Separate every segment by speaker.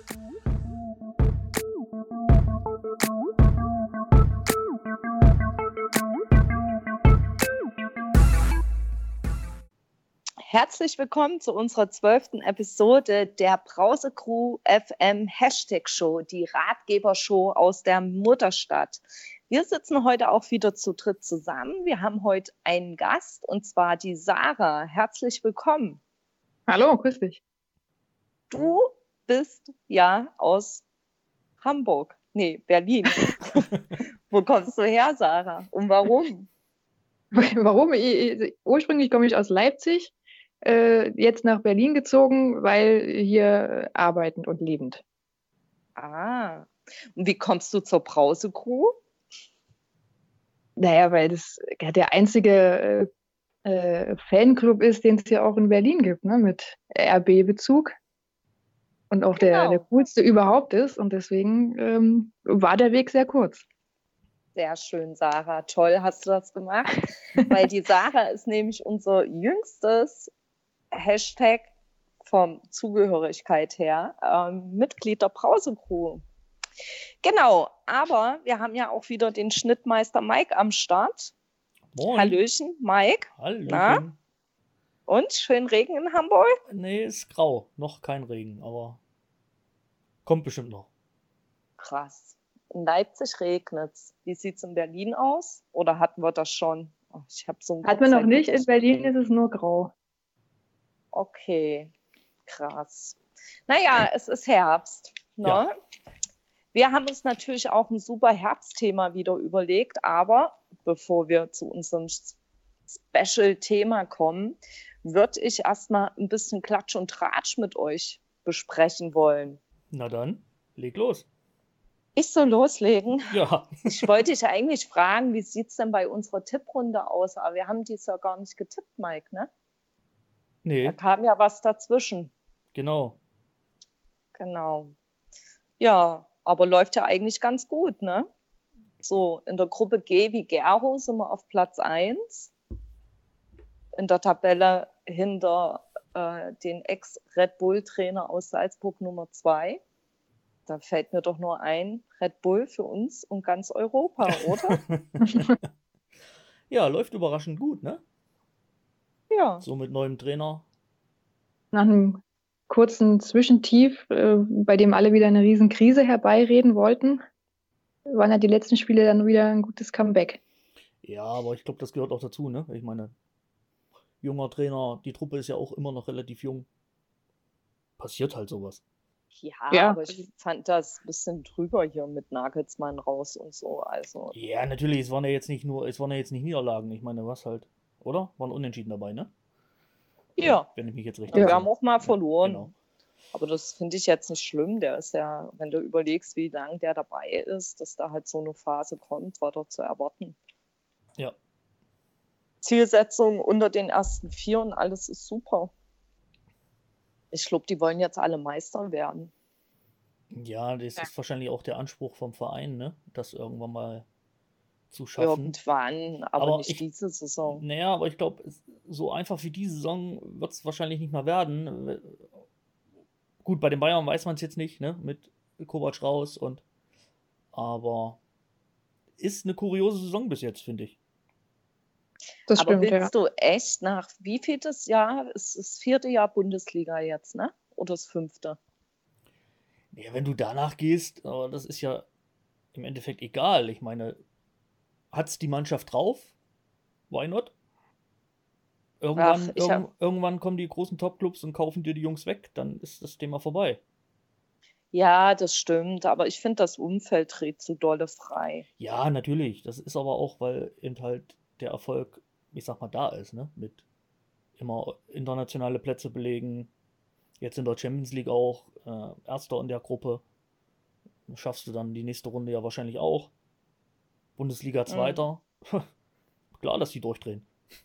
Speaker 1: Herzlich willkommen zu unserer 12. Episode der Brause-Crew FM Hashtag Show, die Ratgebershow aus der Mutterstadt. Wir sitzen heute auch wieder zu dritt zusammen. Wir haben heute einen Gast, und zwar die Sarah. Herzlich willkommen.
Speaker 2: Hallo, grüß dich.
Speaker 1: Du bist ja aus Hamburg. Nee, Berlin. Wo kommst du her, Sarah? Und warum?
Speaker 2: Warum? Ursprünglich komme ich aus Leipzig, jetzt nach Berlin gezogen, weil hier arbeitend und lebend.
Speaker 1: Ah, und wie kommst du zur Brause-Crew?
Speaker 2: Naja, weil das der einzige Fanclub ist, den es hier auch in Berlin gibt, ne, mit RB-Bezug. Und auch der coolste überhaupt ist. Und deswegen war der Weg sehr kurz.
Speaker 1: Sehr schön, Sarah. Toll hast du das gemacht. Weil die Sarah ist nämlich unser jüngstes Hashtag vom Zugehörigkeit her Mitglied der Brause-Crew. Genau, aber wir haben ja auch wieder den Schnittmeister Mike am Start.
Speaker 3: Moin.
Speaker 1: Hallöchen, Mike.
Speaker 3: Hallöchen.
Speaker 1: Na? Und schön Regen in Hamburg?
Speaker 3: Nee, ist grau. Noch kein Regen, aber kommt bestimmt noch.
Speaker 1: Krass. In Leipzig regnet's. Wie sieht's in Berlin aus? Oder hatten wir das schon? Oh, ich habe so
Speaker 2: Hatten wir noch nicht. In Berlin ist es nur grau.
Speaker 1: Okay, krass. Naja, es ist Herbst. Ne?
Speaker 3: Ja.
Speaker 1: Wir haben uns natürlich auch ein super Herbstthema wieder überlegt, aber bevor wir zu unserem Special-Thema kommen, würde ich erstmal ein bisschen Klatsch und Tratsch mit euch besprechen wollen.
Speaker 3: Na dann, leg los.
Speaker 1: Ich soll loslegen?
Speaker 3: Ja.
Speaker 1: Ich wollte dich eigentlich fragen, wie sieht es denn bei unserer Tipprunde aus? Aber wir haben dies ja gar nicht getippt, Mike, ne?
Speaker 3: Nee.
Speaker 1: Da kam ja was dazwischen.
Speaker 3: Genau.
Speaker 1: Ja, aber läuft ja eigentlich ganz gut, ne? So, in der Gruppe G wie Gero sind wir auf Platz 1. In der Tabelle hinter den Ex-Red Bull-Trainer aus Salzburg Nummer 2. Da fällt mir doch nur ein, Red Bull für uns und ganz Europa, oder?
Speaker 3: Ja, läuft überraschend gut, ne?
Speaker 1: Ja.
Speaker 3: So mit neuem Trainer.
Speaker 2: Nach einem kurzen Zwischentief, bei dem alle wieder eine riesen Krise herbeireden wollten, waren ja die letzten Spiele dann wieder ein gutes Comeback.
Speaker 3: Ja, aber ich glaube, das gehört auch dazu, ne? Ich meine, junger Trainer, die Truppe ist ja auch immer noch relativ jung. Passiert halt sowas.
Speaker 1: Ja, aber ich fand das ein bisschen drüber hier mit Nagelsmann raus und so. Also.
Speaker 3: Ja, natürlich, es waren ja jetzt nicht Niederlagen. Ich meine, was halt, oder? Waren Unentschieden dabei, ne?
Speaker 1: Ja.
Speaker 3: Wenn ich mich jetzt richtig
Speaker 1: Wir haben auch mal verloren.
Speaker 3: Genau.
Speaker 1: Aber das finde ich jetzt nicht schlimm. Der ist ja, wenn du überlegst, wie lange der dabei ist, dass da halt so eine Phase kommt, war doch zu erwarten.
Speaker 3: Ja.
Speaker 1: Zielsetzung unter den ersten 4 und alles ist super. Ich glaube, die wollen jetzt alle Meister werden.
Speaker 3: Ja, das ist wahrscheinlich auch der Anspruch vom Verein, ne? Das irgendwann mal zu schaffen.
Speaker 1: Irgendwann, aber nicht diese Saison.
Speaker 3: Naja, aber ich glaube, so einfach wie diese Saison wird es wahrscheinlich nicht mehr werden. Gut, bei den Bayern weiß man es jetzt nicht, ne? Mit Kovac raus aber ist eine kuriose Saison bis jetzt, finde ich.
Speaker 2: Das
Speaker 1: aber
Speaker 2: stimmt,
Speaker 1: willst du echt nach wie vieltes Jahr? Es ist das 4. Jahr Bundesliga jetzt, ne? Oder das 5.?
Speaker 3: Ja, wenn du danach gehst, aber das ist ja im Endeffekt egal. Ich meine, hat's die Mannschaft drauf? Why not? Irgendwann kommen die großen Topclubs und kaufen dir die Jungs weg, dann ist das Thema vorbei.
Speaker 1: Ja, das stimmt, aber ich finde, das Umfeld dreht zu dolle frei.
Speaker 3: Ja, natürlich. Das ist aber auch, weil eben halt der Erfolg, ich sag mal, da ist, ne? Mit immer internationale Plätze belegen. Jetzt in der Champions League auch. Erster in der Gruppe. Schaffst du dann die nächste Runde ja wahrscheinlich auch. Bundesliga Zweiter. Klar, dass die durchdrehen.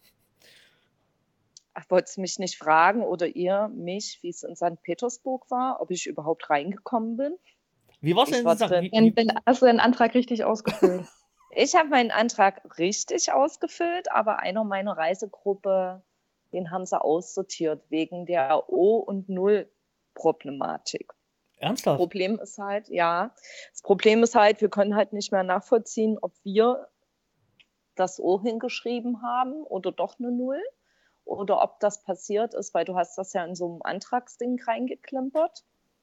Speaker 1: Ach, wolltest du mich nicht fragen oder ihr mich, wie es in St. Petersburg war, ob ich überhaupt reingekommen bin?
Speaker 3: Wie war's denn?
Speaker 2: Hast du deinen Antrag richtig ausgefüllt?
Speaker 1: Ich habe meinen Antrag richtig ausgefüllt, aber einer meiner Reisegruppe, den haben sie aussortiert wegen der O- und Null-Problematik.
Speaker 3: Ernsthaft?
Speaker 1: Problem ist halt, das Problem ist halt, wir können halt nicht mehr nachvollziehen, ob wir das O hingeschrieben haben oder doch eine Null oder ob das passiert ist, weil du hast das ja in so einem Antragsding reingeklimpert.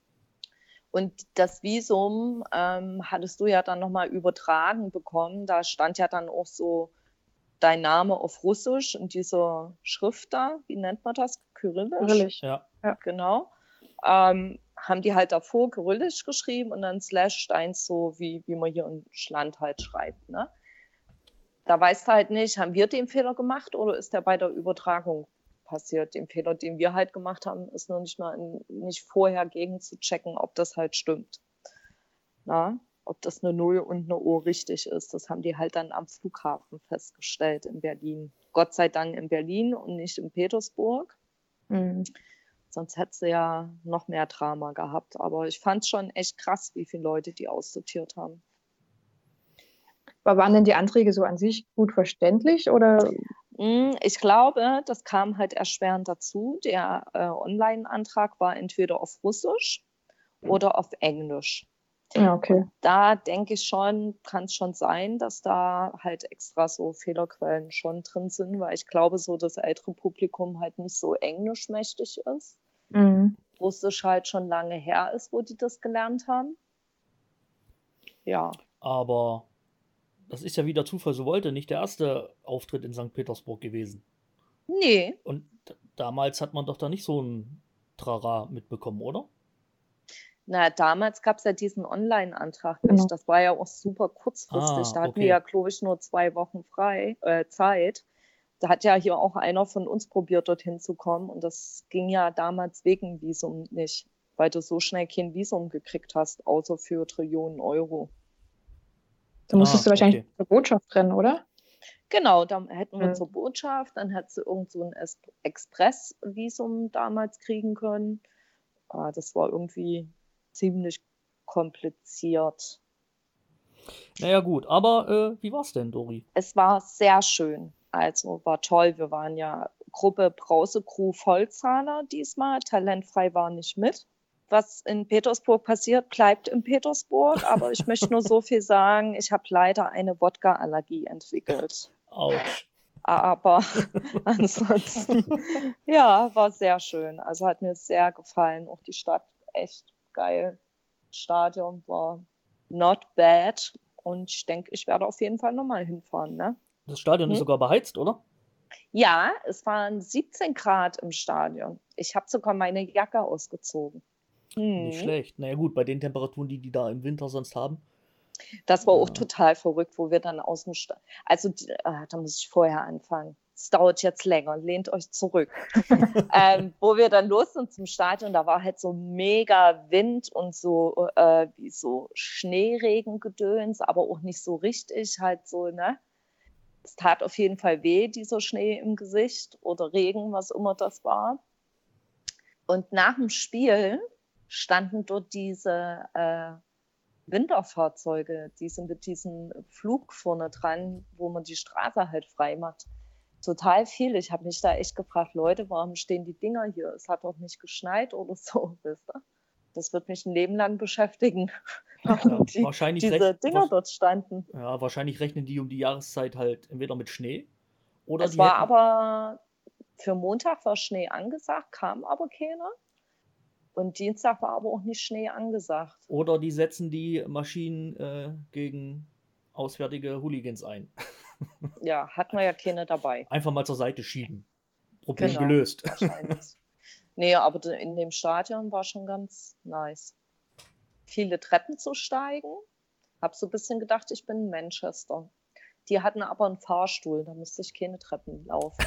Speaker 1: Und das Visum hattest du ja dann nochmal übertragen bekommen. Da stand ja dann auch so dein Name auf Russisch und diese Schrift da, wie nennt man das? Kyrillisch?
Speaker 3: Ja.
Speaker 1: Genau. Haben die halt davor Kyrillisch geschrieben und dann /1 so, wie man hier in Schland halt schreibt. Ne? Da weißt du halt nicht, haben wir den Fehler gemacht oder ist der bei der Übertragung passiert? Den Fehler, den wir halt gemacht haben, ist nur nicht vorher gegen zu checken, ob das halt stimmt. Na? Ob das eine 0 und eine O richtig ist. Das haben die halt dann am Flughafen festgestellt in Berlin. Gott sei Dank in Berlin und nicht in Petersburg.
Speaker 2: Mhm.
Speaker 1: Sonst hätte sie ja noch mehr Drama gehabt. Aber ich fand es schon echt krass, wie viele Leute die aussortiert haben.
Speaker 2: Aber waren denn die Anträge so an sich gut verständlich oder?
Speaker 1: Ich glaube, das kam halt erschwerend dazu. Der Online-Antrag war entweder auf Russisch oder auf Englisch.
Speaker 2: Ja, okay.
Speaker 1: Da denke ich schon, kann es schon sein, dass da halt extra so Fehlerquellen schon drin sind, weil ich glaube, so das ältere Publikum halt nicht so englischmächtig ist.
Speaker 2: Mhm.
Speaker 1: Russisch halt schon lange her ist, wo die das gelernt haben. Ja.
Speaker 3: Aber das ist ja, wie der Zufall so wollte, nicht der erste Auftritt in St. Petersburg gewesen.
Speaker 1: Nee.
Speaker 3: Und damals hat man doch da nicht so ein Trara mitbekommen, oder?
Speaker 1: Na, damals gab es ja diesen Online-Antrag nicht.
Speaker 2: Genau.
Speaker 1: Das war ja auch super kurzfristig. Da hatten wir ja, glaube ich, nur 2 Wochen Zeit. Da hat ja hier auch einer von uns probiert, dorthin zu kommen. Und das ging ja damals wegen Visum nicht, weil du so schnell kein Visum gekriegt hast, außer für Trillionen Euro.
Speaker 2: Da musstest du wahrscheinlich zur Botschaft rennen, oder?
Speaker 1: Genau, dann hätten wir zur Botschaft, dann hättest du irgend so ein Express-Visum damals kriegen können. Das war irgendwie ziemlich kompliziert.
Speaker 3: Naja gut, aber wie war's denn, Dori?
Speaker 1: Es war sehr schön, also war toll. Wir waren ja Gruppe Brause-Crew Vollzahler diesmal, talentfrei war nicht mit. Was in Petersburg passiert, bleibt in Petersburg, aber ich möchte nur so viel sagen, ich habe leider eine Wodka-Allergie entwickelt.
Speaker 3: Autsch.
Speaker 1: Aber ansonsten, ja, war sehr schön. Also hat mir sehr gefallen. Auch die Stadt, echt geil. Das Stadion war not bad. Und ich denke, ich werde auf jeden Fall nochmal hinfahren. Ne?
Speaker 3: Das Stadion ist sogar beheizt, oder?
Speaker 1: Ja, es waren 17 Grad im Stadion. Ich habe sogar meine Jacke ausgezogen.
Speaker 3: Nicht schlecht. Naja gut, bei den Temperaturen, die da im Winter sonst haben.
Speaker 1: Das war auch total verrückt, wo wir dann aus dem Stadion... Also, da muss ich vorher anfangen. Es dauert jetzt länger, lehnt euch zurück. Wo wir dann los sind zum Stadion, da war halt so mega Wind und so wie so Schneeregengedöns, aber auch nicht so richtig, halt so, ne? Es tat auf jeden Fall weh, dieser Schnee im Gesicht oder Regen, was immer das war. Und nach dem Spiel standen dort diese Winterfahrzeuge, die sind mit diesem Flug vorne dran, wo man die Straße halt frei macht. Total viel. Ich habe mich da echt gefragt, Leute, warum stehen die Dinger hier? Es hat doch nicht geschneit oder so, wisst ihr? Das wird mich ein Leben lang beschäftigen, warum diese Dinger dort standen.
Speaker 3: Ja, wahrscheinlich rechnen die um die Jahreszeit halt entweder mit Schnee oder
Speaker 1: es war aber für Montag war Schnee angesagt, kam aber keiner. Und Dienstag war aber auch nicht Schnee angesagt.
Speaker 3: Oder die setzen die Maschinen gegen auswärtige Hooligans ein.
Speaker 1: Ja, hatten wir ja keine dabei.
Speaker 3: Einfach mal zur Seite schieben. Problem gelöst.
Speaker 1: Wahrscheinlich. Nee, aber in dem Stadion war schon ganz nice. Viele Treppen zu steigen. Hab so ein bisschen gedacht, ich bin in Manchester. Die hatten aber einen Fahrstuhl, da musste ich keine Treppen laufen.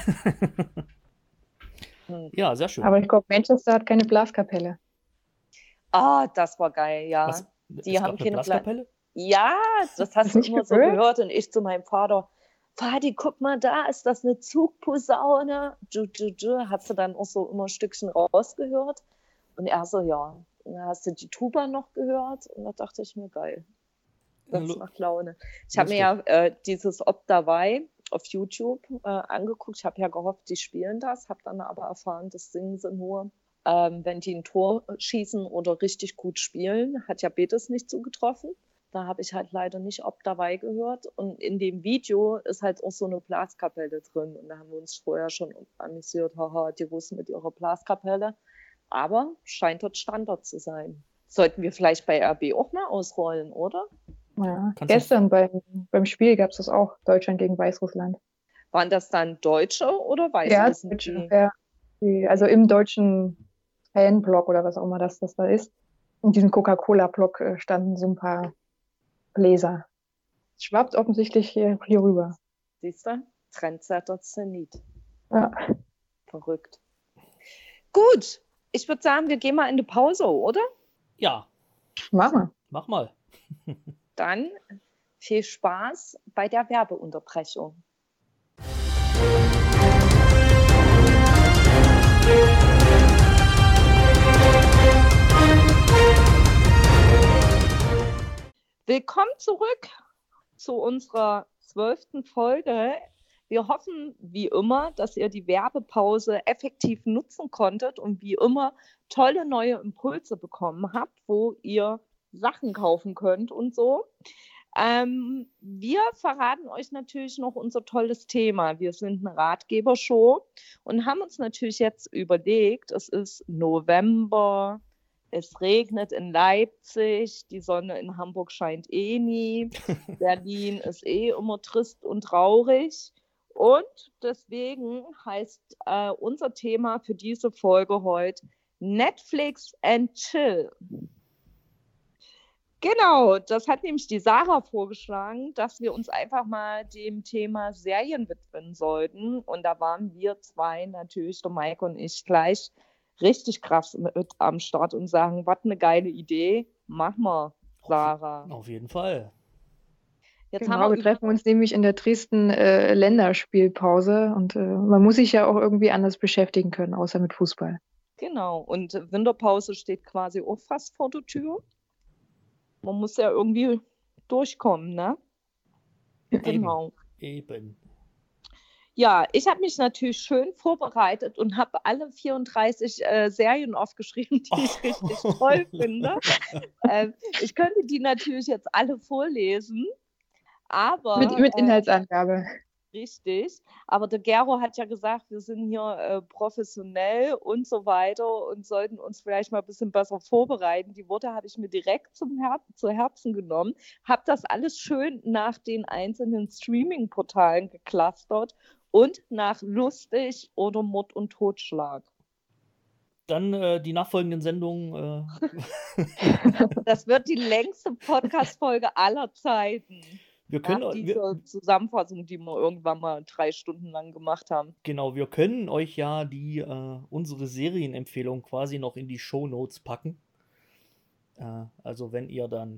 Speaker 3: Ja, sehr schön.
Speaker 2: Aber ich glaube, Manchester hat keine Blaskapelle.
Speaker 1: Das war geil, ja.
Speaker 3: Was?
Speaker 1: Die haben keine
Speaker 3: Blaskapelle?
Speaker 1: Ja, das hast du immer so gehört. Und ich zu meinem Vater, Vati, guck mal, da ist das eine Zugposaune. Hast du dann auch so immer ein Stückchen rausgehört? Und er so, ja. Und dann hast du die Tuba noch gehört. Und da dachte ich mir, geil. Das macht Laune. Ich habe mir ja dieses Ob dabei auf YouTube angeguckt. Ich habe ja gehofft, die spielen das. Habe dann aber erfahren, das singen sie nur wenn die ein Tor schießen oder richtig gut spielen, hat ja Betis nicht zugetroffen. Da habe ich halt leider nicht Ob dabei gehört. Und in dem Video ist halt auch so eine Blaskapelle drin. Und da haben wir uns vorher schon amüsiert, haha, die Russen mit ihrer Blaskapelle. Aber scheint dort Standard zu sein. Sollten wir vielleicht bei RB auch mal ausrollen, oder?
Speaker 2: Ja, gestern beim Spiel gab es das auch, Deutschland gegen Weißrussland.
Speaker 1: Waren das dann Deutsche oder Weißrussen?
Speaker 2: Ja, Deutsche, ja. Also im deutschen Fanblock oder was auch immer das da ist. In diesem Coca-Cola-Block standen so ein paar Bläser. Schwappt offensichtlich hier rüber.
Speaker 1: Siehst du? Trendsetter Zenit.
Speaker 2: Ja.
Speaker 1: Verrückt. Gut, ich würde sagen, wir gehen mal in die Pause, oder?
Speaker 3: Ja.
Speaker 2: Mach
Speaker 3: mal.
Speaker 1: Dann viel Spaß bei der Werbeunterbrechung. Willkommen zurück zu unserer 12. Folge. Wir hoffen, wie immer, dass ihr die Werbepause effektiv nutzen konntet und wie immer tolle neue Impulse bekommen habt, wo ihr Sachen kaufen könnt und so. Wir verraten euch natürlich noch unser tolles Thema. Wir sind eine Ratgebershow und haben uns natürlich jetzt überlegt, es ist November, es regnet in Leipzig, die Sonne in Hamburg scheint eh nie, Berlin ist eh immer trist und traurig. Und deswegen heißt unser Thema für diese Folge heute Netflix and Chill. Genau, das hat nämlich die Sarah vorgeschlagen, dass wir uns einfach mal dem Thema Serien widmen sollten. Und da waren wir zwei, natürlich der Mike und ich, gleich richtig krass mit am Start und sagen, was eine geile Idee, mach mal, Sarah.
Speaker 3: Auf jeden Fall.
Speaker 2: Jetzt genau, wir treffen uns nämlich in der Dresden Länderspielpause und man muss sich ja auch irgendwie anders beschäftigen können, außer mit Fußball.
Speaker 1: Genau, und Winterpause steht quasi auch fast vor der Tür. Man muss ja irgendwie durchkommen, ne? Genau.
Speaker 3: Eben.
Speaker 1: Ja, ich habe mich natürlich schön vorbereitet und habe alle 34 Serien aufgeschrieben, die ich richtig toll finde. Ich könnte die natürlich jetzt alle vorlesen, aber...
Speaker 2: Mit Inhaltsangabe.
Speaker 1: Richtig, aber der Gero hat ja gesagt, wir sind hier professionell und so weiter und sollten uns vielleicht mal ein bisschen besser vorbereiten. Die Worte habe ich mir direkt zu Herzen genommen, habe das alles schön nach den einzelnen Streaming-Portalen geclustert und nach lustig oder Mord und Totschlag.
Speaker 3: Dann die nachfolgenden Sendungen.
Speaker 1: Das wird die längste Podcast-Folge aller Zeiten.
Speaker 3: Wir können
Speaker 1: nach dieser Zusammenfassung, die wir irgendwann mal 3 Stunden lang gemacht haben.
Speaker 3: Genau, wir können euch ja unsere Serienempfehlung quasi noch in die Shownotes packen. Also wenn ihr dann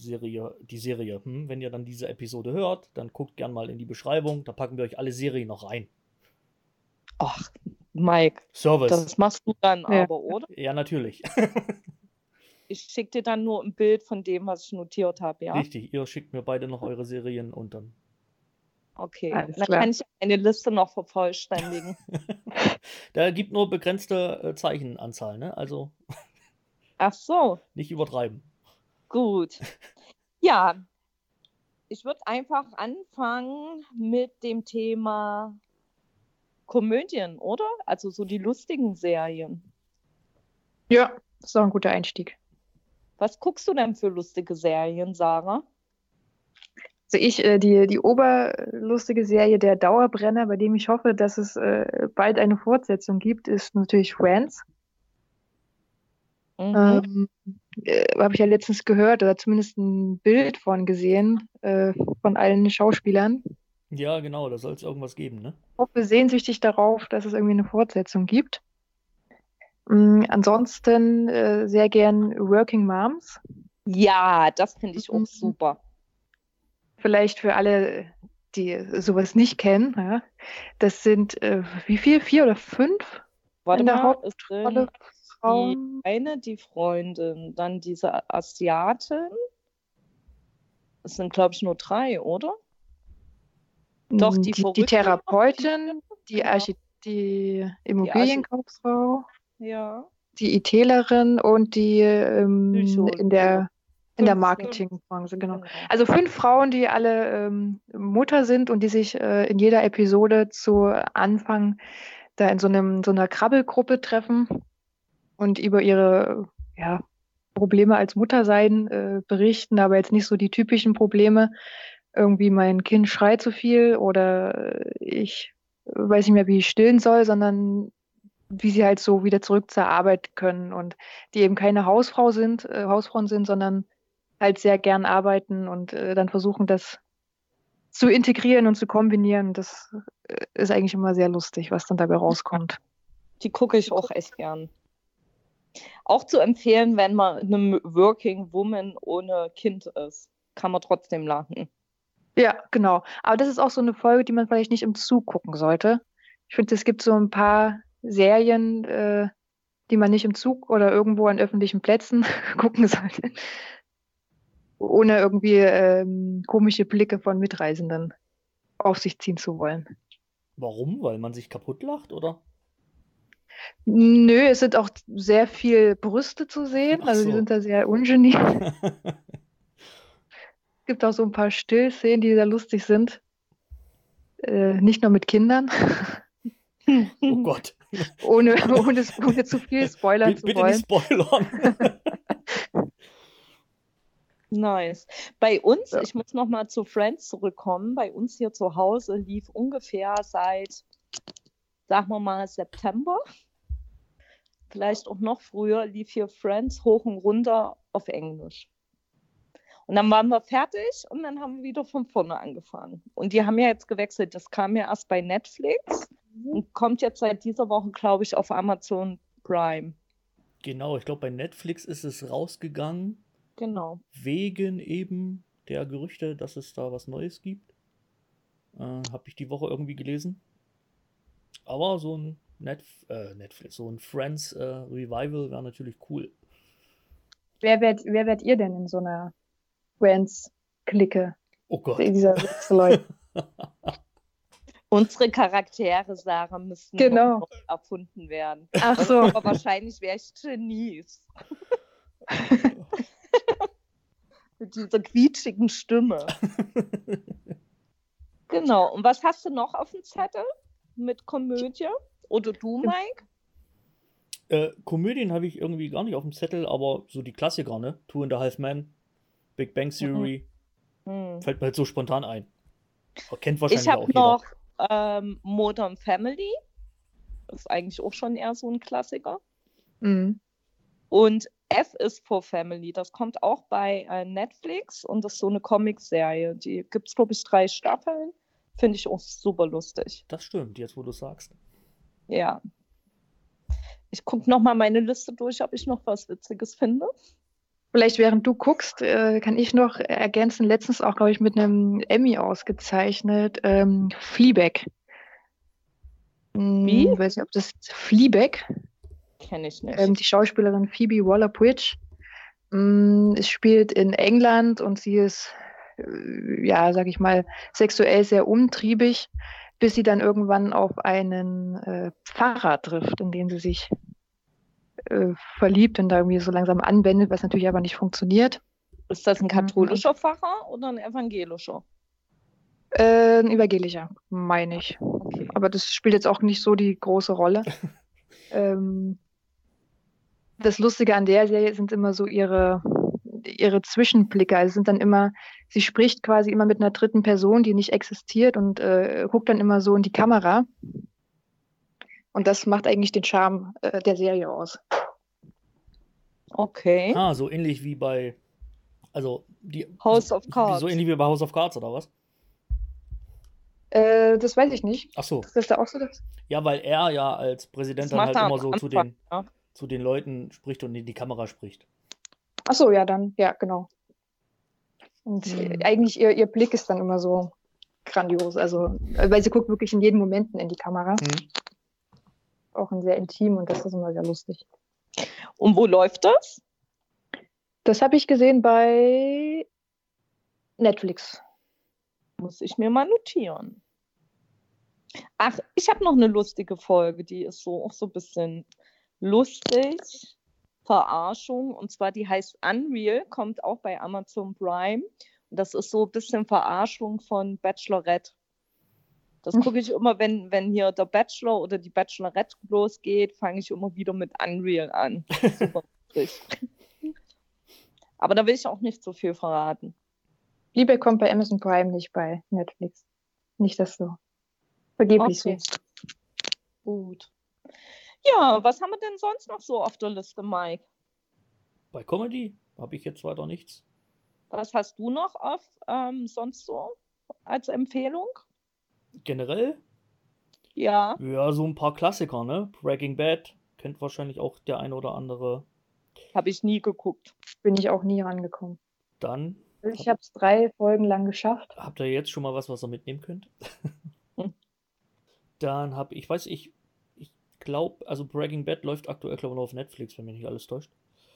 Speaker 3: wenn ihr dann diese Episode hört, dann guckt gern mal in die Beschreibung, da packen wir euch alle Serien noch rein.
Speaker 1: Ach, Mike,
Speaker 3: Service.
Speaker 1: Das machst du dann aber, oder?
Speaker 3: Ja, natürlich.
Speaker 1: Ich schicke dir dann nur ein Bild von dem, was ich notiert habe, ja?
Speaker 3: Richtig, ihr schickt mir beide noch eure Serien und dann...
Speaker 1: Okay, dann kann ich eine Liste noch vervollständigen.
Speaker 3: Da gibt nur begrenzte Zeichenanzahl, ne? Also...
Speaker 1: Ach so.
Speaker 3: Nicht übertreiben.
Speaker 1: Gut. Ja, ich würde einfach anfangen mit dem Thema Komödien, oder? Also so die lustigen Serien.
Speaker 2: Ja, das ist auch ein guter Einstieg.
Speaker 1: Was guckst du denn für lustige Serien, Sarah?
Speaker 2: Also die oberlustige Serie, der Dauerbrenner, bei dem ich hoffe, dass es bald eine Fortsetzung gibt, ist natürlich Friends. Habe ich ja letztens gehört oder zumindest ein Bild von gesehen, von allen Schauspielern.
Speaker 3: Ja, genau, da soll es irgendwas geben, ne?
Speaker 2: Ich hoffe sehnsüchtig darauf, dass es irgendwie eine Fortsetzung gibt. Ansonsten sehr gern Working Moms.
Speaker 1: Ja, das finde ich auch super.
Speaker 2: Vielleicht für alle, die sowas nicht kennen. Ja. Das sind, wie viel? 4 oder 5?
Speaker 1: Warte
Speaker 2: in der
Speaker 1: mal,
Speaker 2: Hauptrolle Frauen.
Speaker 1: Die Freundin, dann diese Asiatin. Es sind, glaube ich, nur 3, oder? Doch, die
Speaker 2: Therapeutin, die Immobilienkauffrau.
Speaker 1: Ja.
Speaker 2: die ITlerin und die in der
Speaker 1: Fünf.
Speaker 2: Marketingbranche, genau.
Speaker 1: Genau.
Speaker 2: Also 5 Frauen, die alle Mutter sind und die sich in jeder Episode zu Anfang da in so einer Krabbelgruppe treffen und über ihre Probleme als Mutter sein berichten, aber jetzt nicht so die typischen Probleme, irgendwie mein Kind schreit zu viel oder ich weiß nicht mehr, wie ich stillen soll, sondern wie sie halt so wieder zurück zur Arbeit können und die eben keine Hausfrauen sind, sondern halt sehr gern arbeiten und dann versuchen, das zu integrieren und zu kombinieren. Das ist eigentlich immer sehr lustig, was dann dabei rauskommt.
Speaker 1: Die gucke ich auch echt gern. Auch zu empfehlen, wenn man eine Working Woman ohne Kind ist, kann man trotzdem lachen.
Speaker 2: Ja, genau. Aber das ist auch so eine Folge, die man vielleicht nicht im Zug gucken sollte. Ich finde, es gibt so ein paar Serien, die man nicht im Zug oder irgendwo an öffentlichen Plätzen gucken sollte, ohne irgendwie komische Blicke von Mitreisenden auf sich ziehen zu wollen.
Speaker 3: Warum? Weil man sich kaputt lacht, oder?
Speaker 2: Nö, es sind auch sehr viel Brüste zu sehen,
Speaker 3: Ach
Speaker 2: also die
Speaker 3: so.
Speaker 2: sind da sehr ungeniert. Es gibt auch so ein paar Stillszenen, die sehr lustig sind. Nicht nur mit Kindern,
Speaker 3: Oh Gott.
Speaker 2: ohne zu viel spoilern zu
Speaker 3: Bitte
Speaker 2: wollen.
Speaker 3: nicht spoilern.
Speaker 1: Nice. Bei uns,
Speaker 2: Ja.
Speaker 1: ich muss nochmal zu Friends zurückkommen, bei uns hier zu Hause lief ungefähr seit, sagen wir mal, September, vielleicht auch noch früher, lief hier Friends hoch und runter auf Englisch. Und dann waren wir fertig und dann haben wir wieder von vorne angefangen. Und die haben ja jetzt gewechselt. Das kam ja erst bei Netflix und kommt jetzt seit dieser Woche, glaube ich, auf Amazon Prime.
Speaker 3: Genau, ich glaube, bei Netflix ist es rausgegangen,
Speaker 1: Genau.
Speaker 3: wegen eben der Gerüchte, dass es da was Neues gibt. Habe ich die Woche irgendwie gelesen. Aber so ein Netflix, so ein Friends Revival wäre natürlich cool.
Speaker 2: Wer wärt ihr denn in so einer Friends-Clique?
Speaker 3: Oh Gott.
Speaker 2: Dieser 6 Leute.
Speaker 1: Unsere Charaktere, Sarah, müssten
Speaker 2: Genau.
Speaker 1: noch erfunden werden.
Speaker 2: Ach so.
Speaker 1: Aber wahrscheinlich wäre ich Genies. Mit dieser quietschigen Stimme. Genau. Und was hast du noch auf dem Zettel mit Komödie? Oder du, Mike?
Speaker 3: Komödien habe ich irgendwie gar nicht auf dem Zettel, aber so die Klassiker, ne? Two and a Half Men, Big Bang Theory, fällt mir halt so spontan ein. Aber kennt wahrscheinlich
Speaker 1: Ich
Speaker 3: auch
Speaker 1: habe
Speaker 3: jeder.
Speaker 1: noch Modern Family. Das ist eigentlich auch schon eher so ein Klassiker.
Speaker 2: Mhm.
Speaker 1: Und F is for Family. Das kommt auch bei Netflix und das ist so eine Comicserie. Die gibt es, glaube ich, 3 Staffeln. Finde ich auch super lustig.
Speaker 3: Das stimmt, jetzt wo du sagst.
Speaker 1: Ja. Ich gucke nochmal meine Liste durch, ob ich noch was Witziges finde.
Speaker 2: Vielleicht während du guckst, kann ich noch ergänzen, letztens auch, glaube ich, mit einem Emmy ausgezeichnet, Fleabag.
Speaker 1: Wie?
Speaker 2: Ich weiß nicht, ob das Fleabag,
Speaker 1: Kenne ich nicht.
Speaker 2: die Schauspielerin Phoebe Waller-Bridge. Es spielt in England und sie ist, sag ich mal, sexuell sehr umtriebig, bis sie dann irgendwann auf einen Pfarrer trifft, in den sie sich verliebt und da irgendwie so langsam anwendet, was natürlich aber nicht funktioniert.
Speaker 1: Ist das ein katholischer Pfarrer oder ein evangelischer?
Speaker 2: Ein evangelischer, meine ich.
Speaker 1: Okay.
Speaker 2: Aber das spielt jetzt auch nicht so die große Rolle. Das Lustige an der Serie sind immer so ihre Zwischenblicke. Also sind dann immer, sie spricht quasi immer mit einer dritten Person, die nicht existiert und guckt dann immer so in die Kamera. Und das macht eigentlich den Charme der Serie aus.
Speaker 1: Okay.
Speaker 3: So ähnlich wie bei, also
Speaker 1: House of Cards.
Speaker 3: So ähnlich wie bei House of Cards, oder was?
Speaker 2: Das weiß ich nicht.
Speaker 3: Ach so.
Speaker 2: Ist das da auch so?
Speaker 3: Ja, weil er ja als Präsident dann halt immer so zu den Leuten spricht und in die Kamera spricht.
Speaker 2: Ach so, ja, dann, ja, genau. Und eigentlich ihr Blick ist dann immer so grandios. Also, weil sie guckt wirklich in jeden Moment in die Kamera. Auch sehr intim und das ist immer sehr lustig.
Speaker 1: Und wo läuft das?
Speaker 2: Das habe ich gesehen bei Netflix.
Speaker 1: Muss ich mir mal notieren. Ach, ich habe noch eine lustige Folge, die ist so auch so ein bisschen lustig. Verarschung. Und zwar, die heißt Unreal, kommt auch bei Amazon Prime. Und das ist so ein bisschen Verarschung von Bachelorette. Das gucke ich immer, wenn hier der Bachelor oder die Bachelorette losgeht, fange ich immer wieder mit Unreal an. Super lustig. Aber da will ich auch nicht so viel verraten.
Speaker 2: Liebe kommt bei Amazon Prime, nicht bei Netflix. Nicht das so. Vergeblich
Speaker 1: Okay.
Speaker 2: so.
Speaker 1: Gut. Ja, was haben wir denn sonst noch so auf der Liste, Mike?
Speaker 3: Bei Comedy habe ich jetzt weiter nichts.
Speaker 1: Was hast du noch auf sonst so als Empfehlung?
Speaker 3: Generell?
Speaker 1: Ja.
Speaker 3: Ja, so ein paar Klassiker, ne? Breaking Bad kennt wahrscheinlich auch der eine oder andere.
Speaker 1: Habe ich nie geguckt.
Speaker 2: Bin ich auch nie rangekommen.
Speaker 3: Dann
Speaker 2: Ich habe es 3 Folgen lang geschafft.
Speaker 3: habt ihr jetzt schon mal was ihr mitnehmen könnt. Dann habe ich glaube, also Breaking Bad läuft aktuell, glaube ich, noch auf Netflix, wenn mich nicht alles täuscht.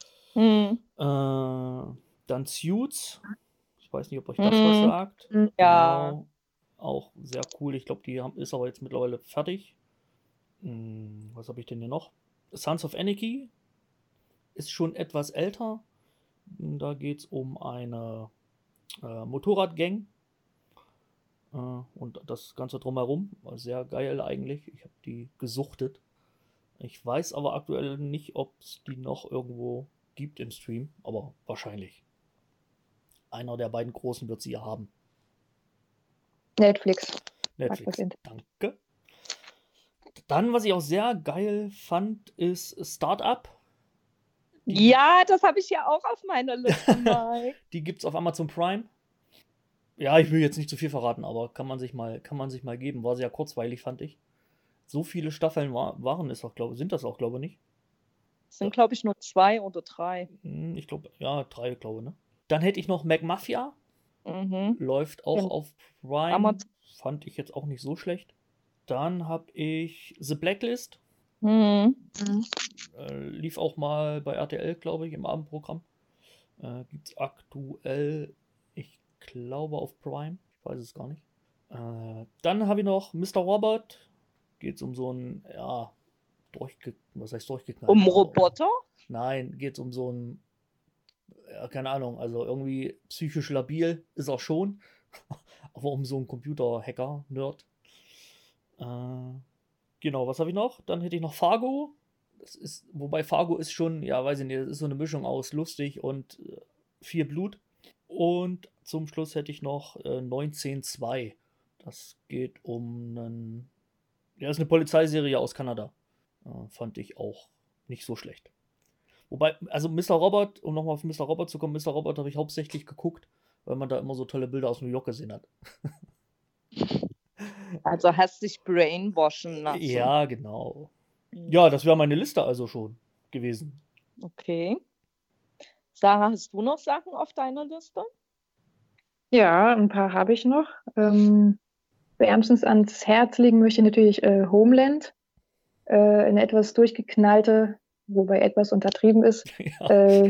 Speaker 3: Dann Suits. Ich weiß nicht, ob euch das was sagt.
Speaker 1: Ja.
Speaker 3: Genau. Auch sehr cool. Ich glaube, ist aber jetzt mittlerweile fertig. Was habe ich denn hier noch? Sons of Anarchy ist schon etwas älter. Da geht es um eine Motorradgang. Und das Ganze drumherum. War sehr geil eigentlich. Ich habe die gesuchtet. Ich weiß aber aktuell nicht, ob es die noch irgendwo gibt im Stream. Aber wahrscheinlich. Einer der beiden Großen wird sie ja haben.
Speaker 2: Netflix.
Speaker 3: Danke. Dann, was ich auch sehr geil fand, ist Startup.
Speaker 1: Ja, das habe ich ja auch auf meiner Liste mal.
Speaker 3: Die gibt es auf Amazon Prime. Ja, ich will jetzt nicht zu viel verraten, aber kann man sich mal geben. War sehr kurzweilig, fand ich. So viele Staffeln sind das auch, glaube ich, nicht.
Speaker 1: Es sind, glaube ich, nur 2 oder 3.
Speaker 3: Ich glaube, ja, 3, glaube ich, ne? Dann hätte ich noch McMafia. Läuft auch auf Prime. Fand ich jetzt auch nicht so schlecht. Dann habe ich The Blacklist. Lief auch mal bei RTL, glaube ich, im Abendprogramm. Gibt es aktuell, ich glaube, auf Prime. Ich weiß es gar nicht. Dann habe ich noch Mr. Robot. Geht es um so einen, ja, was heißt durchgeknallt?
Speaker 1: Um Roboter?
Speaker 3: Nein, geht es um so einen, ja, keine Ahnung, also irgendwie psychisch labil ist er schon. Aber um so einen Computer-Hacker-Nerd. Genau, was habe ich noch? Dann hätte ich noch Fargo. Wobei Fargo ist schon, ja, weiß ich nicht, das ist so eine Mischung aus lustig und viel Blut. Und zum Schluss hätte ich noch 19.2. Das geht um ist eine Polizeiserie aus Kanada. Fand ich auch nicht so schlecht. Wobei, also Mr. Robot, um nochmal auf Mr. Robot zu kommen, Mr. Robot habe ich hauptsächlich geguckt, weil man da immer so tolle Bilder aus New York gesehen hat.
Speaker 1: Also hast dich brainwashen lassen.
Speaker 3: Ja, genau. Ja, das wäre meine Liste also schon gewesen.
Speaker 1: Okay. Sarah, hast du noch Sachen auf deiner Liste?
Speaker 2: Ja, ein paar habe ich noch. Wärmstens ans Herz legen möchte ich natürlich Homeland. Eine etwas durchgeknallte, wobei etwas untertrieben ist,
Speaker 3: Ja.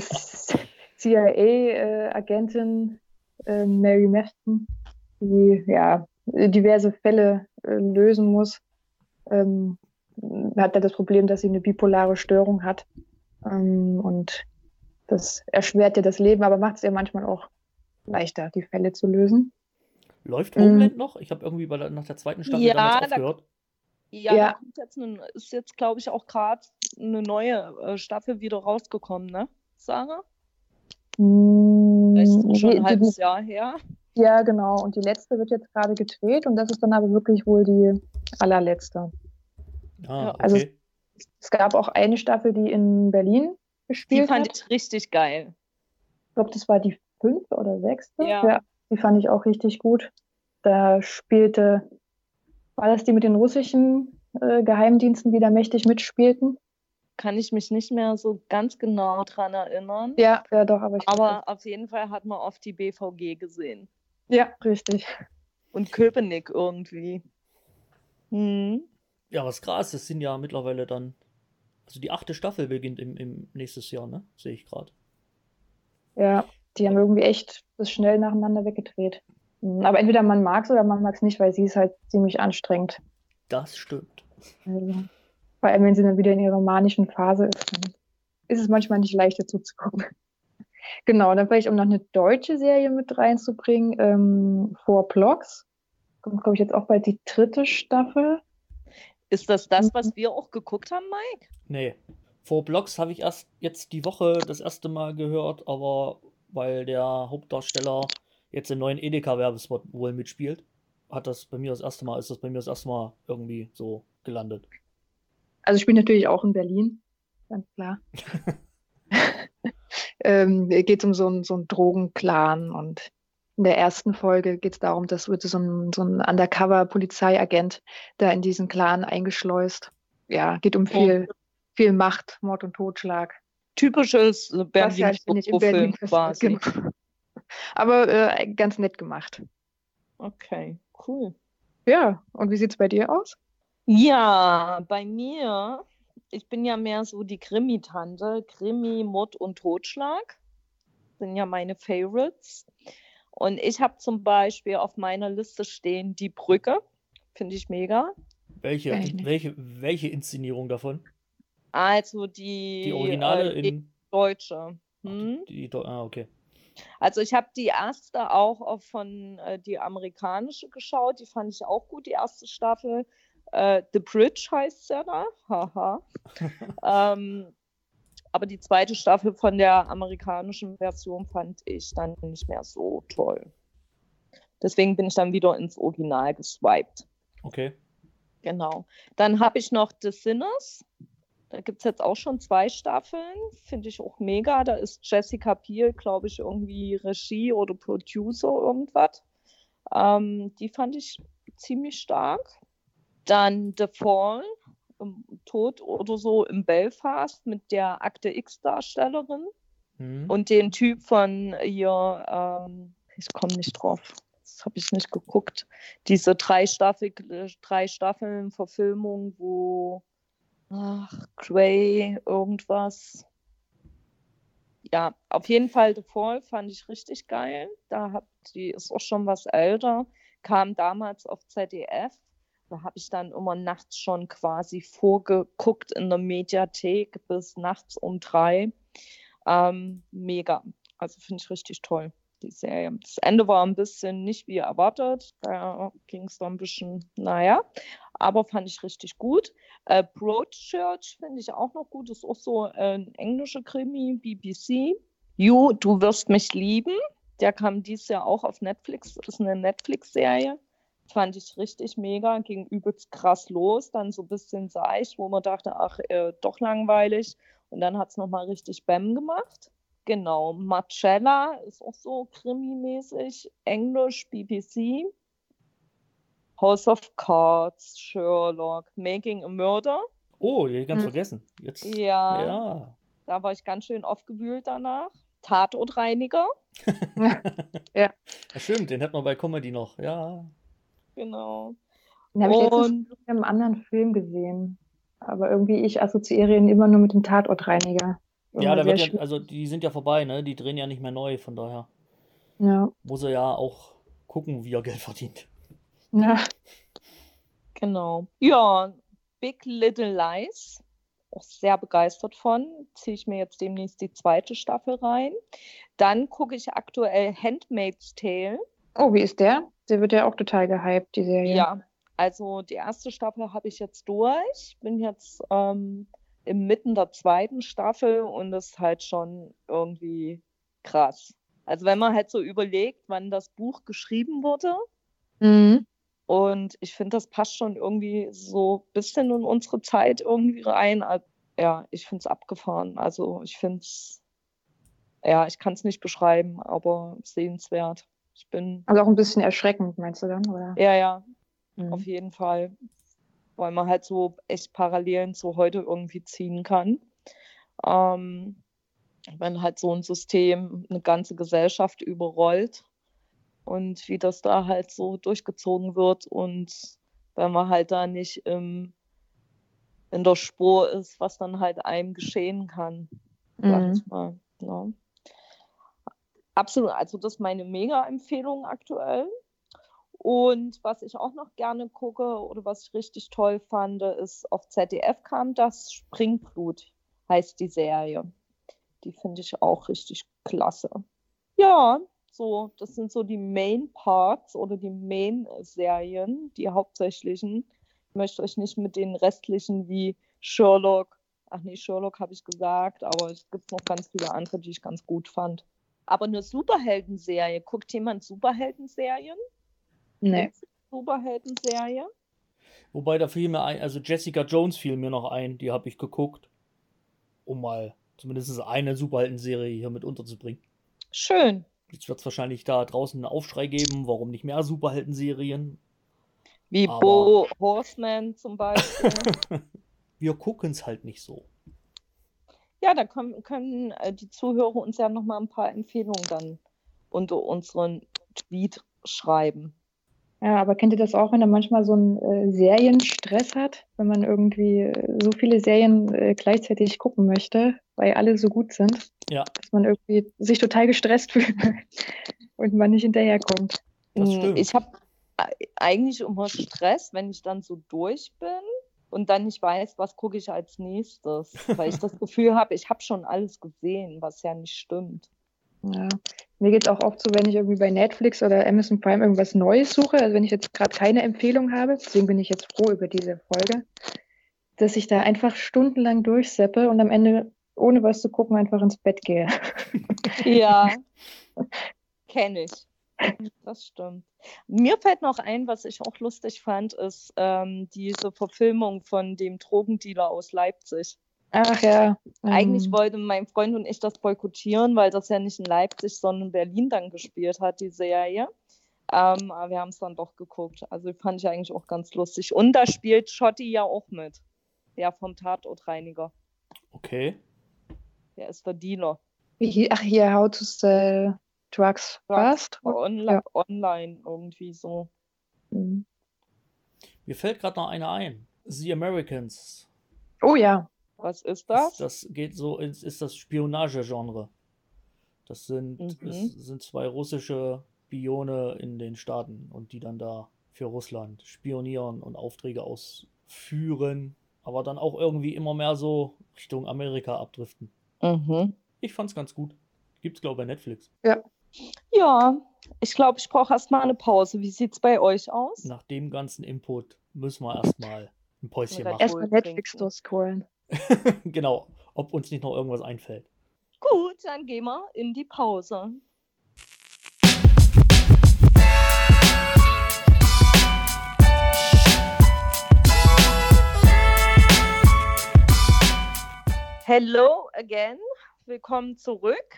Speaker 2: CIA-Agentin Mary Meston, die ja diverse Fälle lösen muss. Hat da das Problem, dass sie eine bipolare Störung hat. Und das erschwert ihr das Leben, aber macht es ihr manchmal auch leichter, die Fälle zu lösen.
Speaker 3: Läuft Homeland noch? Ich habe irgendwie nach der zweiten Staffel damals aufgehört.
Speaker 1: Da kommt ist jetzt, glaube ich, auch gerade eine neue Staffel wieder rausgekommen, ne, Sarah? Vielleicht schon ein halbes Jahr her.
Speaker 2: Ja, genau. Und die letzte wird jetzt gerade gedreht und das ist dann aber wirklich wohl die allerletzte.
Speaker 3: Okay.
Speaker 2: Also es gab auch eine Staffel, die in Berlin gespielt hat.
Speaker 1: Die fand ich richtig geil.
Speaker 2: Ich glaube, das war die 5. oder 6.
Speaker 1: Ja.
Speaker 2: Die fand ich auch richtig gut. Da war das die mit den russischen Geheimdiensten, die da mächtig mitspielten?
Speaker 1: Kann ich mich nicht mehr so ganz genau dran erinnern.
Speaker 2: Ja, doch.
Speaker 1: Aber auf jeden Fall hat man oft die BVG gesehen.
Speaker 2: Ja, richtig.
Speaker 1: Und Köpenick irgendwie.
Speaker 3: Ja, was krass, das sind ja mittlerweile dann, also die 8. Staffel beginnt im nächstes Jahr, ne? Sehe ich gerade.
Speaker 2: Ja, die haben irgendwie echt das schnell nacheinander weggedreht. Aber entweder man mag es oder man mag es nicht, weil sie ist halt ziemlich anstrengend.
Speaker 3: Das stimmt.
Speaker 2: Also, vor allem, wenn sie dann wieder in ihrer manischen Phase ist, dann ist es manchmal nicht leicht dazu zu gucken. Genau, dann vielleicht, um noch eine deutsche Serie mit reinzubringen, Four Blocks. Kommt, glaube ich, jetzt auch bald die 3. Staffel.
Speaker 1: Ist das, was wir auch geguckt haben, Mike?
Speaker 3: Nee. Four Blocks habe ich erst jetzt die Woche das erste Mal gehört, aber weil der Hauptdarsteller jetzt im neuen Edeka-Werbespot wohl mitspielt, ist das bei mir das erste Mal irgendwie so gelandet.
Speaker 2: Also ich bin natürlich auch in Berlin, ganz klar. Geht um so einen Drogenclan und in der ersten Folge geht es darum, dass wird so ein Undercover-Polizeiagent da in diesen Clan eingeschleust. Ja, geht um viel Macht, Mord und Totschlag.
Speaker 1: Typisches
Speaker 2: Was ja, finde ich, in Berlin
Speaker 1: quasi.
Speaker 2: Genau. Aber ganz nett gemacht.
Speaker 1: Okay, cool.
Speaker 2: Ja, und wie sieht es bei dir aus?
Speaker 1: Ja, bei mir, ich bin ja mehr so die Krimi-Tante. Krimi, Mord und Totschlag sind ja meine Favorites. Und ich habe zum Beispiel auf meiner Liste stehen Die Brücke. Finde ich mega.
Speaker 3: Welche Inszenierung davon?
Speaker 1: Also
Speaker 3: Die Originale
Speaker 1: die deutsche.
Speaker 3: Okay.
Speaker 1: Also ich habe die erste auch von die amerikanische geschaut. Die fand ich auch gut, die erste Staffel. The Bridge heißt es ja da. Haha. Aber die zweite Staffel von der amerikanischen Version fand ich dann nicht mehr so toll. Deswegen bin ich dann wieder ins Original geswiped.
Speaker 3: Okay.
Speaker 1: Genau. Dann habe ich noch The Sinners. Da gibt es jetzt auch schon 2 Staffeln. Finde ich auch mega. Da ist Jessica Biel, glaube ich, irgendwie Regie oder Producer irgendwas. Die fand ich ziemlich stark. Dann The Fall, Tod oder so in Belfast mit der Akte X-Darstellerin und den Typ von ihr, ich komme nicht drauf, das habe ich nicht geguckt, diese 3 Staffeln Verfilmung, wo Grey irgendwas. Ja, auf jeden Fall The Fall fand ich richtig geil. Die ist auch schon was älter, kam damals auf ZDF. Da habe ich dann immer nachts schon quasi vorgeguckt in der Mediathek bis nachts um 3. Mega. Also finde ich richtig toll, die Serie. Das Ende war ein bisschen nicht wie erwartet. Da ging es dann ein bisschen, naja. Aber fand ich richtig gut. Broadchurch finde ich auch noch gut. Das ist auch so ein englischer Krimi, BBC. You, du wirst mich lieben. Der kam dieses Jahr auch auf Netflix. Das ist eine Netflix-Serie. Fand ich richtig mega, ging übelst krass los, dann so ein bisschen seicht, wo man dachte, ach, doch langweilig. Und dann hat es nochmal richtig Bäm gemacht. Genau, Marcella ist auch so krimimäßig, Englisch, BBC. House of Cards, Sherlock, Making a Murder.
Speaker 3: Oh, ich ganz vergessen. Jetzt.
Speaker 1: Ja, da war ich ganz schön aufgewühlt danach. Tatortreiniger.
Speaker 2: Ja.
Speaker 3: Stimmt, den hat man bei Comedy noch, ja.
Speaker 1: Genau.
Speaker 2: Den habe ich letztens in einem anderen Film gesehen. Aber irgendwie, ich assoziiere ihn immer nur mit dem Tatortreiniger.
Speaker 3: Ja, also die sind ja vorbei, ne? Die drehen ja nicht mehr neu, von daher.
Speaker 2: Ja.
Speaker 3: Muss er ja auch gucken, wie er Geld verdient.
Speaker 2: Ja.
Speaker 1: Genau. Ja, Big Little Lies. Auch sehr begeistert von. Ziehe ich mir jetzt demnächst die 2. Staffel rein. Dann gucke ich aktuell Handmaid's Tale.
Speaker 2: Oh, wie ist der? Der wird ja auch total gehypt, die Serie.
Speaker 1: Ja, also die 1. Staffel habe ich jetzt durch. Bin jetzt inmitten der 2. Staffel und das ist halt schon irgendwie krass. Also wenn man halt so überlegt, wann das Buch geschrieben wurde. Und ich finde, das passt schon irgendwie so ein bisschen in unsere Zeit irgendwie rein. Ja, ich finde es abgefahren. Also ich finde es, ja, ich kann es nicht beschreiben, aber sehenswert.
Speaker 2: Also auch ein bisschen erschreckend, meinst du dann? Oder?
Speaker 1: Ja, auf jeden Fall. Weil man halt so echt Parallelen zu heute irgendwie ziehen kann. Wenn halt so ein System eine ganze Gesellschaft überrollt und wie das da halt so durchgezogen wird und wenn man halt da nicht in der Spur ist, was dann halt einem geschehen kann. Sag ich mal. Ja. Absolut, also das ist meine Mega-Empfehlung aktuell. Und was ich auch noch gerne gucke oder was ich richtig toll fand, ist auf ZDF kam das Springblut, heißt die Serie. Die finde ich auch richtig klasse. Ja, so, das sind so die Main Parts oder die Main-Serien, die hauptsächlichen. Ich möchte euch nicht mit den restlichen wie Sherlock, Sherlock habe ich gesagt, aber es gibt noch ganz viele andere, die ich ganz gut fand. Aber eine Superheldenserie, guckt jemand Superheldenserien?
Speaker 2: Nee.
Speaker 1: Superheldenserie?
Speaker 3: Wobei da fiel mir ein, also Jessica Jones fiel mir noch ein, die habe ich geguckt, um mal zumindest eine Superhelden-Serie hier mit unterzubringen.
Speaker 1: Schön.
Speaker 3: Jetzt wird es wahrscheinlich da draußen einen Aufschrei geben, warum nicht mehr Superhelden-Serien.
Speaker 1: Wie Bo Horseman zum Beispiel.
Speaker 3: Wir gucken es halt nicht so.
Speaker 1: Ja, da können die Zuhörer uns ja noch mal ein paar Empfehlungen dann unter unseren Tweet schreiben.
Speaker 2: Ja, aber kennt ihr das auch, wenn man manchmal so einen Serienstress hat, wenn man irgendwie so viele Serien gleichzeitig gucken möchte, weil alle so gut sind,
Speaker 3: Ja.
Speaker 2: dass man irgendwie sich total gestresst fühlt und man nicht hinterherkommt.
Speaker 3: Das stimmt.
Speaker 1: Ich habe eigentlich immer Stress, wenn ich dann so durch bin und dann nicht weiß, was gucke ich als nächstes, weil ich das Gefühl habe, ich habe schon alles gesehen, was ja nicht stimmt.
Speaker 2: Ja. Mir geht es auch oft so, wenn ich irgendwie bei Netflix oder Amazon Prime irgendwas Neues suche, also wenn ich jetzt gerade keine Empfehlung habe, deswegen bin ich jetzt froh über diese Folge, dass ich da einfach stundenlang durchseppe und am Ende, ohne was zu gucken, einfach ins Bett gehe.
Speaker 1: Ja, kenne ich. Das stimmt. Mir fällt noch ein, was ich auch lustig fand, ist diese Verfilmung von dem Drogendealer aus Leipzig.
Speaker 2: Ach ja.
Speaker 1: Eigentlich wollten mein Freund und ich das boykottieren, weil das ja nicht in Leipzig, sondern in Berlin dann gespielt hat, die Serie. Aber wir haben es dann doch geguckt. Also fand ich eigentlich auch ganz lustig. Und da spielt Schotti ja auch mit. Der vom Tatortreiniger.
Speaker 3: Okay.
Speaker 1: Der ist der Dealer.
Speaker 2: Hier, How to Sell Drugs Fast?
Speaker 1: Online irgendwie so.
Speaker 2: Mhm.
Speaker 3: Mir fällt gerade noch eine ein. The Americans.
Speaker 2: Oh ja.
Speaker 1: Was ist das?
Speaker 3: Das geht so, ist das Spionage-Genre. Das sind zwei russische Spione in den Staaten und die dann da für Russland spionieren und Aufträge ausführen, aber dann auch irgendwie immer mehr so Richtung Amerika abdriften.
Speaker 1: Mhm.
Speaker 3: Ich fand's ganz gut. Gibt's, glaube ich, bei Netflix.
Speaker 1: Ja, ich glaube, ich brauche erstmal eine Pause. Wie sieht's bei euch aus?
Speaker 3: Nach dem ganzen Input müssen wir erstmal ein Päuschen machen.
Speaker 2: Erstmal Netflix durchscrollen.
Speaker 3: Genau, ob uns nicht noch irgendwas einfällt.
Speaker 1: Gut, dann gehen wir in die Pause. Hello again, willkommen zurück.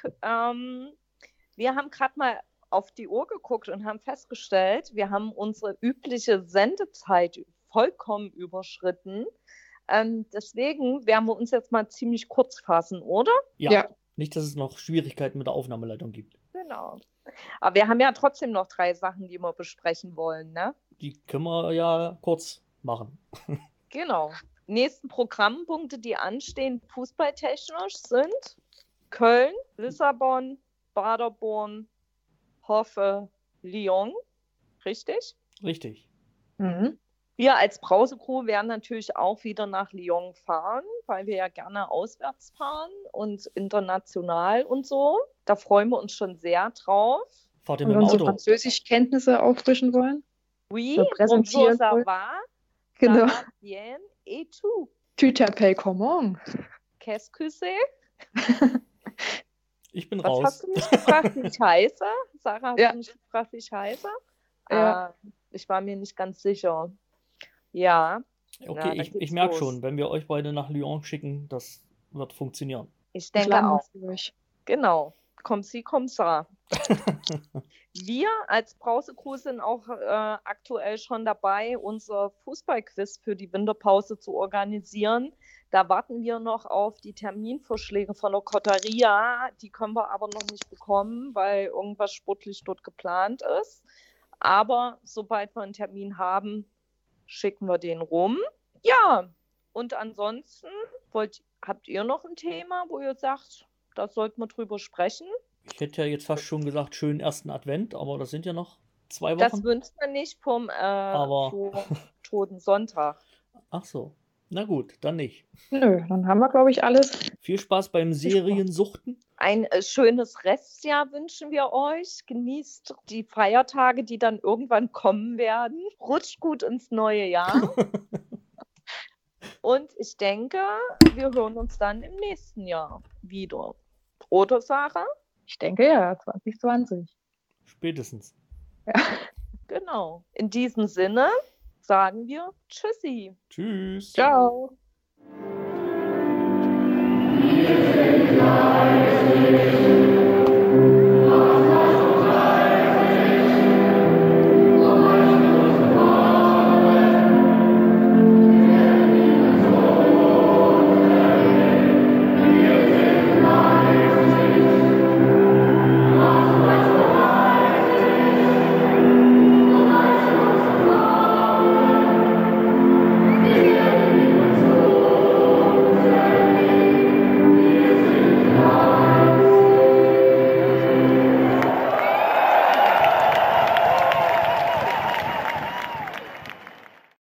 Speaker 1: Wir haben gerade mal auf die Uhr geguckt und haben festgestellt, wir haben unsere übliche Sendezeit vollkommen überschritten. Deswegen werden wir uns jetzt mal ziemlich kurz fassen, oder?
Speaker 3: Ja. Nicht, dass es noch Schwierigkeiten mit der Aufnahmeleitung gibt.
Speaker 1: Genau. Aber wir haben ja trotzdem noch 3 Sachen, die wir besprechen wollen, ne?
Speaker 3: Die können wir ja kurz machen.
Speaker 1: Genau. Nächsten Programmpunkte, die anstehen, fußballtechnisch, sind Köln, Lissabon, Paderborn, Hoffe, Lyon. Richtig?
Speaker 3: Richtig.
Speaker 2: Mhm.
Speaker 1: Wir als Brause-Crew werden natürlich auch wieder nach Lyon fahren, weil wir ja gerne auswärts fahren und international und so. Da freuen wir uns schon sehr drauf.
Speaker 3: Fahrt ihr
Speaker 2: Und
Speaker 3: mit dem
Speaker 2: unsere
Speaker 3: Auto?
Speaker 2: Französischkenntnisse auffrischen wollen.
Speaker 1: Oui,
Speaker 2: So präsentieren
Speaker 1: bonjour, ça
Speaker 2: wollen.
Speaker 1: va?
Speaker 2: Genau.
Speaker 1: Ça va bien et tout.
Speaker 2: Tu t'appelles comment?
Speaker 1: Qu'est-ce que c'est?
Speaker 3: Ich bin
Speaker 1: Was
Speaker 3: raus.
Speaker 1: hast du mich gefragt, wie ich heiße? Sarah, hast
Speaker 2: Ja.
Speaker 1: du mich gefragt, wie ich heiße?
Speaker 2: Ja.
Speaker 1: Ich war mir nicht ganz sicher. Ja.
Speaker 3: Okay,
Speaker 1: Na, dann
Speaker 3: ich
Speaker 1: geht's
Speaker 3: merke
Speaker 1: los.
Speaker 3: schon, wenn wir euch beide nach Lyon schicken, das wird funktionieren.
Speaker 1: Ich
Speaker 2: Ich
Speaker 1: denke
Speaker 2: lerne
Speaker 1: auch.
Speaker 2: das durch.
Speaker 1: Genau. Comme ci, comme ça. Wir als Brause-Crew sind auch aktuell schon dabei, unser Fußballquiz für die Winterpause zu organisieren. Da warten wir noch auf die Terminvorschläge von der Cotteria. Die können wir aber noch nicht bekommen, weil irgendwas sportlich dort geplant ist. Aber sobald wir einen Termin haben, schicken wir den rum. Ja, und ansonsten habt ihr noch ein Thema, wo ihr sagt, da sollten wir drüber sprechen?
Speaker 3: Ich hätte ja jetzt fast schon gesagt, schönen ersten Advent, aber das sind ja noch 2 Wochen.
Speaker 1: Das wünscht man nicht vom
Speaker 3: Aber-
Speaker 1: Toten Sonntag.
Speaker 3: Ach so. Na gut, dann nicht.
Speaker 2: Nö, dann haben wir, glaube ich, alles.
Speaker 3: Viel Spaß beim Seriensuchten.
Speaker 1: Ein schönes Restjahr wünschen wir euch. Genießt die Feiertage, die dann irgendwann kommen werden. Rutscht gut ins neue Jahr. Und ich denke, wir hören uns dann im nächsten Jahr wieder. Oder, Sarah?
Speaker 2: Ich denke ja, 2020.
Speaker 3: Spätestens.
Speaker 2: Ja.
Speaker 1: Genau. In diesem Sinne sagen wir Tschüssi.
Speaker 3: Tschüss.
Speaker 2: Ciao.